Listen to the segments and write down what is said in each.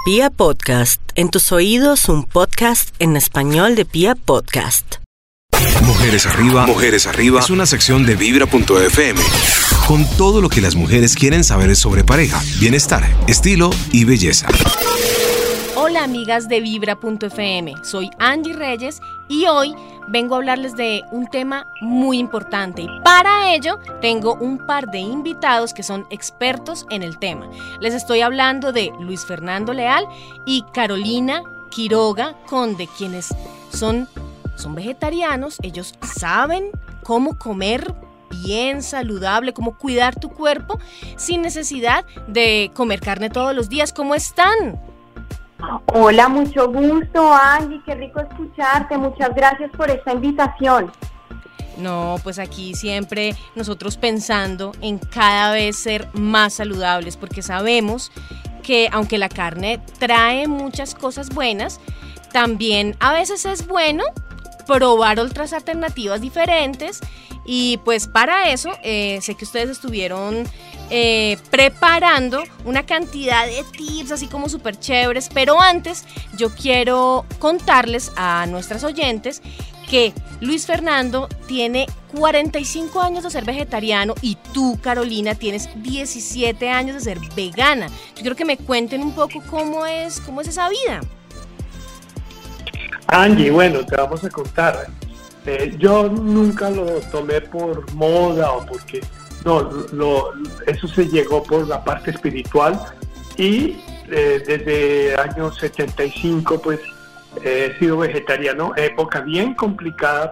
Pia Podcast, en tus oídos un podcast en español de Pia Podcast. Mujeres Arriba es una sección de Vibra.fm con todo lo que las mujeres quieren saber sobre pareja, bienestar, estilo y belleza. Hola amigas de Vibra.fm, soy Angie Reyes y hoy vengo a hablarles de un tema muy importante y para ello tengo un par de invitados que son expertos en el tema. Les estoy hablando de Luis Fernando Leal y Carolina Quiroga Conde, quienes son vegetarianos. Ellos saben cómo comer bien, saludable, cómo cuidar tu cuerpo sin necesidad de comer carne todos los días. ¿Cómo están? Hola, mucho gusto, Angie, qué rico escucharte, muchas gracias por esta invitación. No, pues aquí siempre nosotros pensando en cada vez ser más saludables, porque sabemos que aunque la carne trae muchas cosas buenas, también a veces es bueno probar otras alternativas diferentes y pues para eso sé que ustedes estuvieron preparando una cantidad de tips así como súper chéveres, pero antes yo quiero contarles a nuestras oyentes que Luis Fernando tiene 45 años de ser vegetariano y tú, Carolina, tienes 17 años de ser vegana. Yo quiero que me cuenten un poco cómo es esa vida. Angie, bueno, te vamos a contar. Yo nunca lo tomé por moda o porque eso se llegó por la parte espiritual y desde el año 75 pues he sido vegetariano, época bien complicada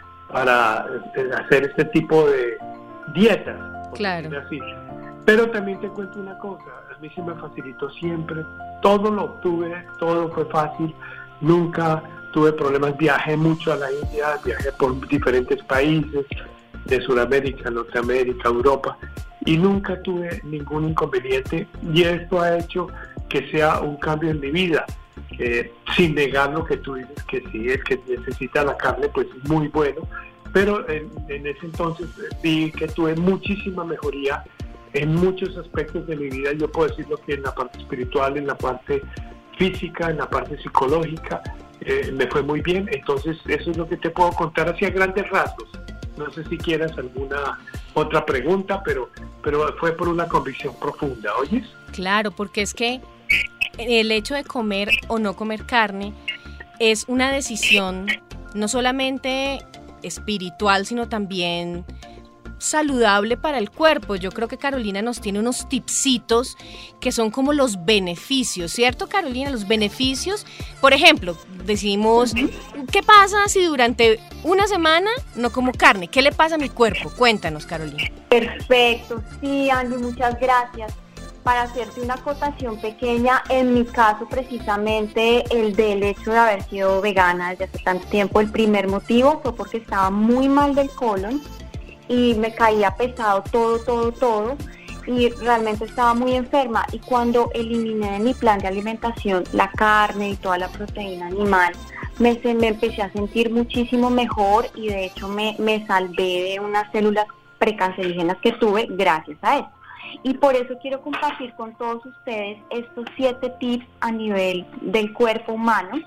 para hacer este tipo de dietas. Claro. Así. Pero también te cuento una cosa, a mí se me facilitó siempre, todo lo obtuve, todo fue fácil, nunca tuve problemas, viajé mucho a la India, viajé por diferentes países de Sudamérica, Norteamérica, Europa y nunca tuve ningún inconveniente y esto ha hecho que sea un cambio en mi vida, sin negar lo que tú dices, que sí, el que necesita la carne pues es muy bueno, pero en ese entonces vi que tuve muchísima mejoría en muchos aspectos de mi vida. Yo puedo decirlo que en la parte espiritual, en la parte física, en la parte psicológica, me fue muy bien. Entonces eso es lo que te puedo contar así a grandes rasgos. No sé si quieras alguna otra pregunta, pero fue por una convicción profunda, ¿oyes? Claro, porque es que el hecho de comer o no comer carne es una decisión no solamente espiritual, sino también saludable para el cuerpo. Yo creo que Carolina nos tiene unos tipsitos que son como los beneficios, ¿cierto, Carolina? Los beneficios, por ejemplo, decimos, ¿qué pasa si durante una semana no como carne? ¿Qué le pasa a mi cuerpo? Cuéntanos, Carolina. Perfecto, sí, Andy, muchas gracias. Para hacerte una acotación pequeña, en mi caso precisamente el del hecho de haber sido vegana desde hace tanto tiempo, el primer motivo fue porque estaba muy mal del colon y me caía pesado todo y realmente estaba muy enferma y cuando eliminé de mi plan de alimentación la carne y toda la proteína animal me empecé a sentir muchísimo mejor y de hecho me salvé de unas células precancerígenas que tuve gracias a eso. Y por eso quiero compartir con todos ustedes estos 7 tips a nivel del cuerpo humano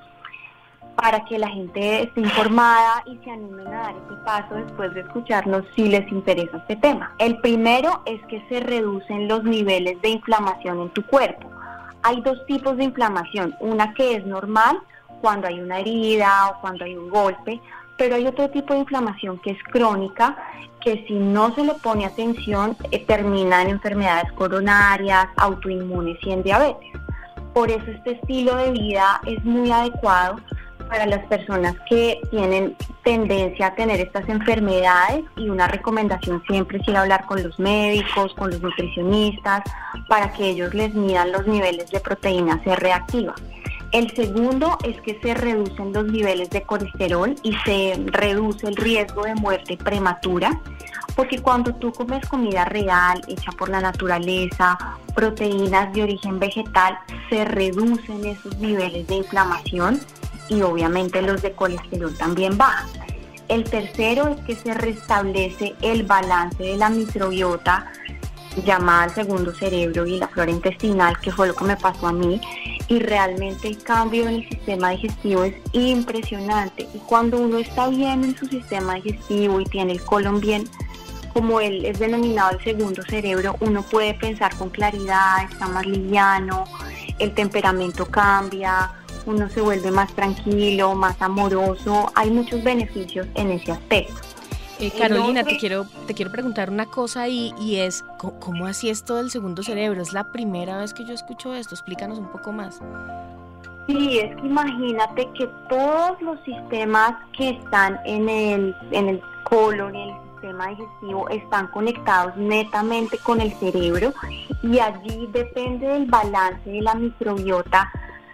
para que la gente esté informada y se animen a dar ese paso después de escucharnos si les interesa este tema. El primero es que se reducen los niveles de inflamación en tu cuerpo. Hay 2 tipos de inflamación, una que es normal cuando hay una herida o cuando hay un golpe, pero hay otro tipo de inflamación que es crónica, que si no se le pone atención termina en enfermedades coronarias, autoinmunes y en diabetes. Por eso este estilo de vida es muy adecuado para las personas que tienen tendencia a tener estas enfermedades y una recomendación siempre es ir a hablar con los médicos, con los nutricionistas, para que ellos les midan los niveles de proteína C reactiva. El segundo es que se reducen los niveles de colesterol y se reduce el riesgo de muerte prematura, porque cuando tú comes comida real, hecha por la naturaleza, proteínas de origen vegetal, se reducen esos niveles de inflamación y obviamente los de colesterol también bajan. El tercero es que se restablece el balance de la microbiota llamada el segundo cerebro y la flora intestinal, que fue lo que me pasó a mí, y realmente el cambio en el sistema digestivo es impresionante. Y cuando uno está bien en su sistema digestivo y tiene el colon bien, como él es denominado el segundo cerebro, uno puede pensar con claridad, está más liviano, el temperamento cambia, uno se vuelve más tranquilo, más amoroso. Hay muchos beneficios en ese aspecto. Carolina, te quiero preguntar una cosa ahí, y es, ¿cómo así esto del segundo cerebro? Es la primera vez que yo escucho esto, explícanos un poco más. Sí, es que imagínate que todos los sistemas que están en el colon y el sistema digestivo están conectados netamente con el cerebro, y allí depende del balance de la microbiota.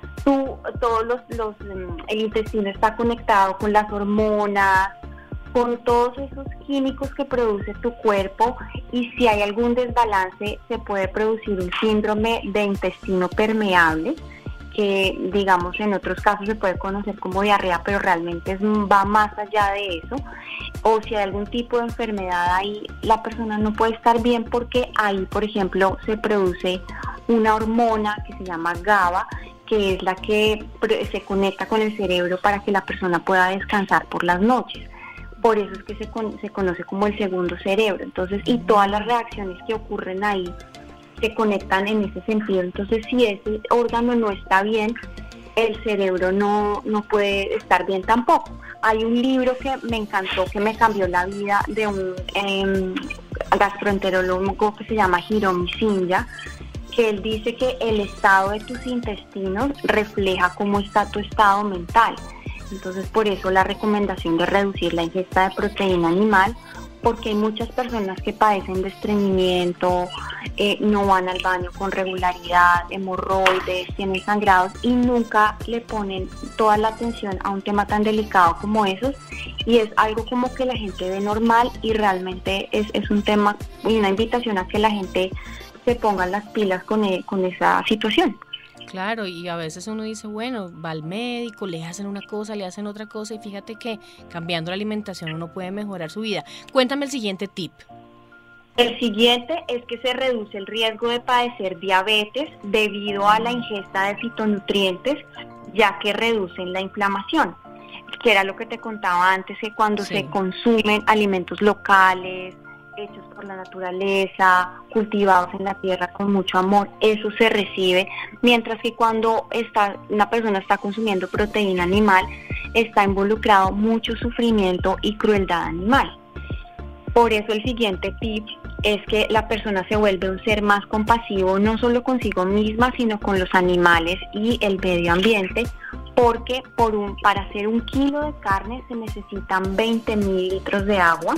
El intestino está conectado con las hormonas, con todos esos químicos que produce tu cuerpo, y si hay algún desbalance se puede producir un síndrome de intestino permeable, que digamos en otros casos se puede conocer como diarrea, pero realmente va más allá de eso. O si hay algún tipo de enfermedad ahí, la persona no puede estar bien, porque ahí, por ejemplo, se produce una hormona que se llama GABA, que es la que se conecta con el cerebro para que la persona pueda descansar por las noches. Por eso es que se conoce como el segundo cerebro. Entonces, y todas las reacciones que ocurren ahí se conectan en ese sentido. Entonces, si ese órgano no está bien, el cerebro no puede estar bien tampoco. Hay un libro que me encantó, que me cambió la vida, de un gastroenterólogo que se llama Hiromi Shinya, que él dice que el estado de tus intestinos refleja cómo está tu estado mental. Entonces, por eso la recomendación de reducir la ingesta de proteína animal, porque hay muchas personas que padecen de estreñimiento, no van al baño con regularidad, hemorroides, tienen sangrados, y nunca le ponen toda la atención a un tema tan delicado como esos, y es algo como que la gente ve normal, y realmente es un tema y una invitación a que la gente se pongan las pilas con esa situación. Claro, y a veces uno dice, bueno, va al médico, le hacen una cosa, le hacen otra cosa, y fíjate que cambiando la alimentación uno puede mejorar su vida. Cuéntame el siguiente tip. El siguiente es que se reduce el riesgo de padecer diabetes debido a la ingesta de fitonutrientes, ya que reducen la inflamación, que era lo que te contaba antes, que cuando se consumen alimentos locales, hechos por la naturaleza, cultivados en la tierra con mucho amor, eso se recibe, mientras que cuando una persona está consumiendo proteína animal, está involucrado mucho sufrimiento y crueldad animal. Por eso el siguiente tip es que la persona se vuelve un ser más compasivo, no solo consigo misma, sino con los animales y el medio ambiente, porque para hacer 1 kilo de carne se necesitan 20,000 litros de agua.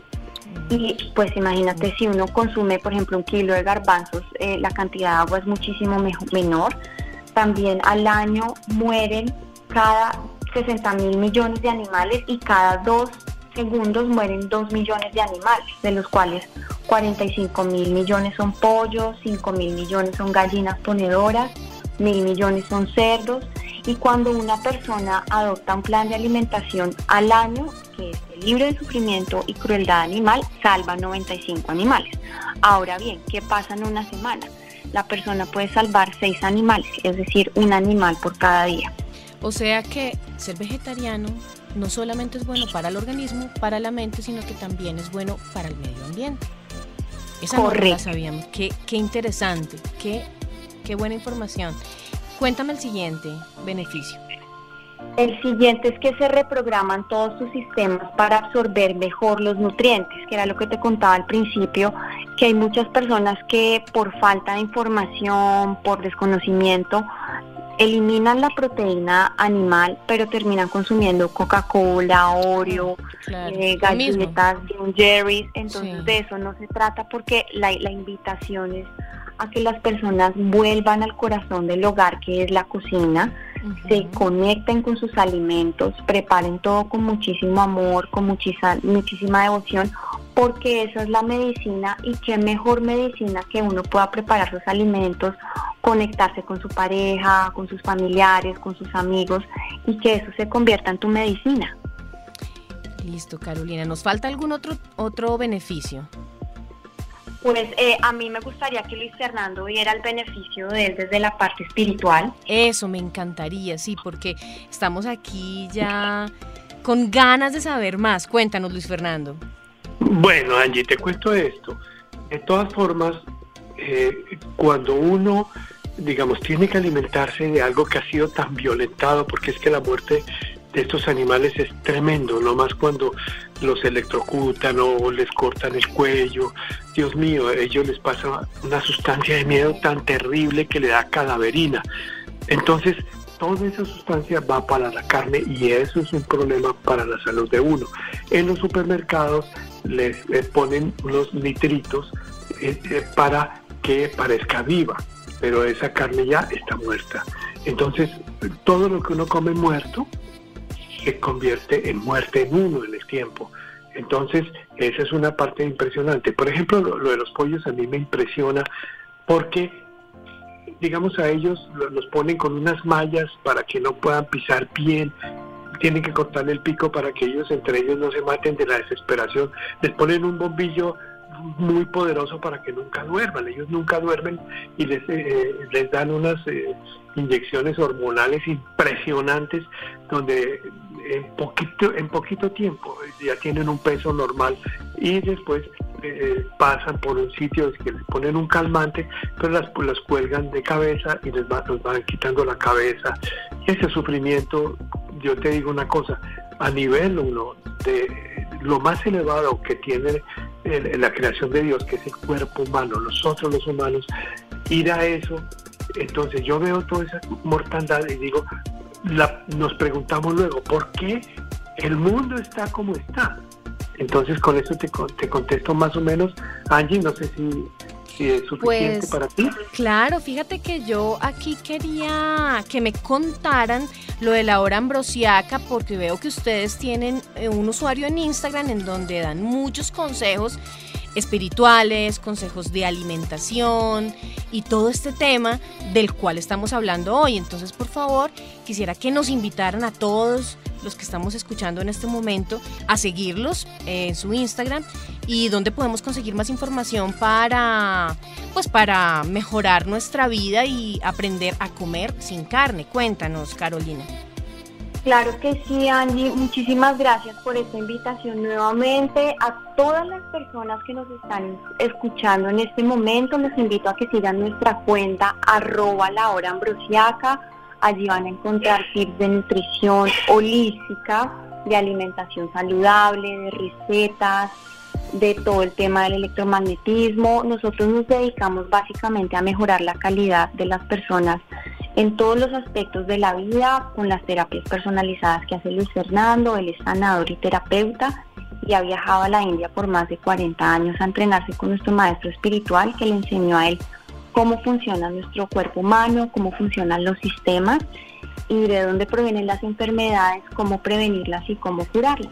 Y pues imagínate, si uno consume, por ejemplo, 1 kilo de garbanzos, la cantidad de agua es muchísimo menor. También al año mueren cada 60,000 millones de animales, y cada 2 segundos mueren 2 millones de animales, de los cuales 45,000 millones son pollos, 5,000 millones son gallinas ponedoras, 1,000 millones son cerdos. Y cuando una persona adopta un plan de alimentación al año que esté libre de sufrimiento y crueldad animal, salva 95 animales. Ahora bien, ¿qué pasa en una semana? La persona puede salvar 6 animales, es decir, 1 animal por cada día. O sea que ser vegetariano no solamente es bueno para el organismo, para la mente, sino que también es bueno para el medio ambiente. Esa no la sabíamos. Qué interesante, qué buena información. Cuéntame el siguiente beneficio. El siguiente es que se reprograman todos tus sistemas para absorber mejor los nutrientes, que era lo que te contaba al principio, que hay muchas personas que por falta de información, por desconocimiento, eliminan la proteína animal, pero terminan consumiendo Coca-Cola, Oreo, galletas, Jerry's. Entonces de eso no se trata, porque la invitación es a que las personas vuelvan al corazón del hogar, que es la cocina, se conecten con sus alimentos, preparen todo con muchísimo amor, con muchísima devoción, porque esa es la medicina, y qué mejor medicina que uno pueda preparar sus alimentos, conectarse con su pareja, con sus familiares, con sus amigos, y que eso se convierta en tu medicina. Listo, Carolina. ¿Nos falta algún otro beneficio? Pues a mí me gustaría que Luis Fernando viera el beneficio de él desde la parte espiritual. Eso me encantaría, sí, porque estamos aquí ya con ganas de saber más. Cuéntanos, Luis Fernando. Bueno, Angie, te cuento esto. De todas formas, cuando uno, digamos, tiene que alimentarse de algo que ha sido tan violentado, porque es que la muerte de estos animales es tremendo, no más cuando los electrocutan o les cortan el cuello. Dios mío, a ellos les pasa una sustancia de miedo tan terrible que le da cadaverina. Entonces, toda esa sustancia va para la carne y eso es un problema para la salud de uno. En los supermercados les ponen unos nitritos para que parezca viva, pero esa carne ya está muerta. Entonces, todo lo que uno come muerto se convierte en muerte en uno en el tiempo. Entonces, esa es una parte impresionante. Por ejemplo, lo de los pollos a mí me impresiona porque, digamos, a ellos los ponen con unas mallas para que no puedan pisar bien, tienen que cortarle el pico para que ellos entre ellos no se maten de la desesperación, les ponen un bombillo muy poderoso para que nunca duerman, ellos nunca duermen y les dan unas inyecciones hormonales impresionantes donde en poquito tiempo ya tienen un peso normal y después pasan por un sitio que les ponen un calmante, pero las cuelgan de cabeza y los van quitando la cabeza. Ese sufrimiento, yo te digo una cosa, a nivel uno de lo más elevado que tiene la creación de Dios, que es el cuerpo humano, nosotros los humanos, ir a eso, entonces yo veo toda esa mortandad y digo, nos preguntamos luego, ¿por qué el mundo está como está? Entonces con eso te contesto más o menos, Angie, no sé si es suficiente pues, para ti. Claro, fíjate que yo aquí quería que me contaran lo de la hora ambrosiaca, porque veo que ustedes tienen un usuario en Instagram en donde dan muchos consejos espirituales, consejos de alimentación y todo este tema del cual estamos hablando hoy. Entonces, por favor, quisiera que nos invitaran a todos los que estamos escuchando en este momento a seguirlos en su Instagram y donde podemos conseguir más información para mejorar nuestra vida y aprender a comer sin carne. Cuéntanos, Carolina. Claro que sí, Angie, muchísimas gracias por esta invitación nuevamente. A todas las personas que nos están escuchando en este momento, les invito a que sigan nuestra cuenta @lahoraaambrosiaca. Allí van a encontrar tips de nutrición holística, de alimentación saludable, de recetas, de todo el tema del electromagnetismo. Nosotros nos dedicamos básicamente a mejorar la calidad de las personas en todos los aspectos de la vida, con las terapias personalizadas que hace Luis Fernando. Él es sanador y terapeuta y ha viajado a la India por más de 40 años a entrenarse con nuestro maestro espiritual, que le enseñó a él cómo funciona nuestro cuerpo humano, cómo funcionan los sistemas y de dónde provienen las enfermedades, cómo prevenirlas y cómo curarlas.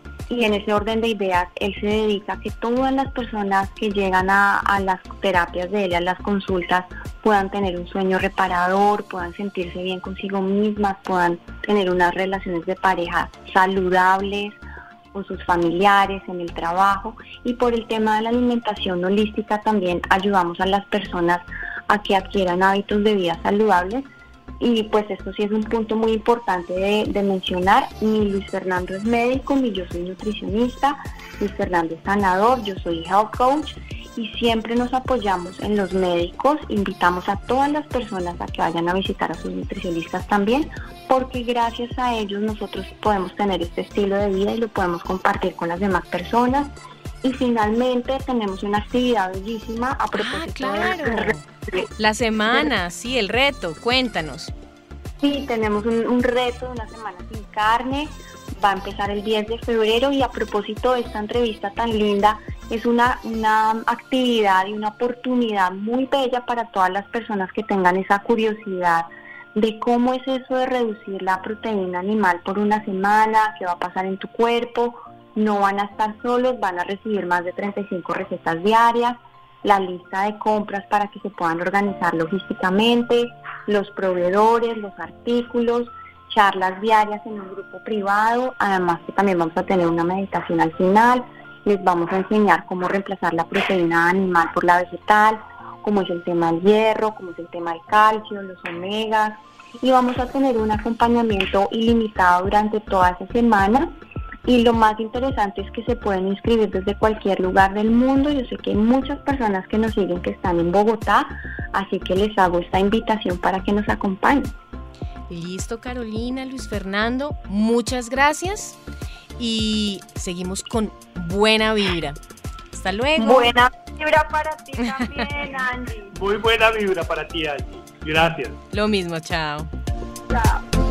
Y en ese orden de ideas, él se dedica a que todas las personas que llegan a las terapias de él, a las consultas, puedan tener un sueño reparador, puedan sentirse bien consigo mismas, puedan tener unas relaciones de pareja saludables con sus familiares, en el trabajo. Y por el tema de la alimentación holística también ayudamos a las personas a que adquieran hábitos de vida saludables. Y pues esto sí es un punto muy importante de mencionar. Ni Luis Fernando es médico, ni yo soy nutricionista. Luis Fernando es sanador, yo soy health coach y siempre nos apoyamos en los médicos. Invitamos a todas las personas a que vayan a visitar a sus nutricionistas también, porque gracias a ellos nosotros podemos tener este estilo de vida y lo podemos compartir con las demás personas. Y finalmente tenemos una actividad bellísima a propósito claro. La semana, sí, el reto, cuéntanos. Sí, tenemos un reto de una semana sin carne, va a empezar el 10 de febrero y a propósito de esta entrevista tan linda, es una actividad y una oportunidad muy bella para todas las personas que tengan esa curiosidad de cómo es eso de reducir la proteína animal por una semana, qué va a pasar en tu cuerpo. No van a estar solos, van a recibir más de 35 recetas diarias, la lista de compras para que se puedan organizar logísticamente, los proveedores, los artículos, charlas diarias en un grupo privado, además que también vamos a tener una meditación al final les vamos a enseñar cómo reemplazar la proteína animal por la vegetal, cómo es el tema del hierro, cómo es el tema del calcio, los omegas, y vamos a tener un acompañamiento ilimitado durante toda esa semana. Y lo más interesante es que se pueden inscribir desde cualquier lugar del mundo. Yo sé que hay muchas personas que nos siguen que están en Bogotá, así que les hago esta invitación para que nos acompañen. Listo, Carolina, Luis Fernando, muchas gracias y seguimos con buena vibra. Hasta luego. Buena vibra para ti también, Angie. Muy buena vibra para ti, Angie. Gracias. Lo mismo, chao. Chao.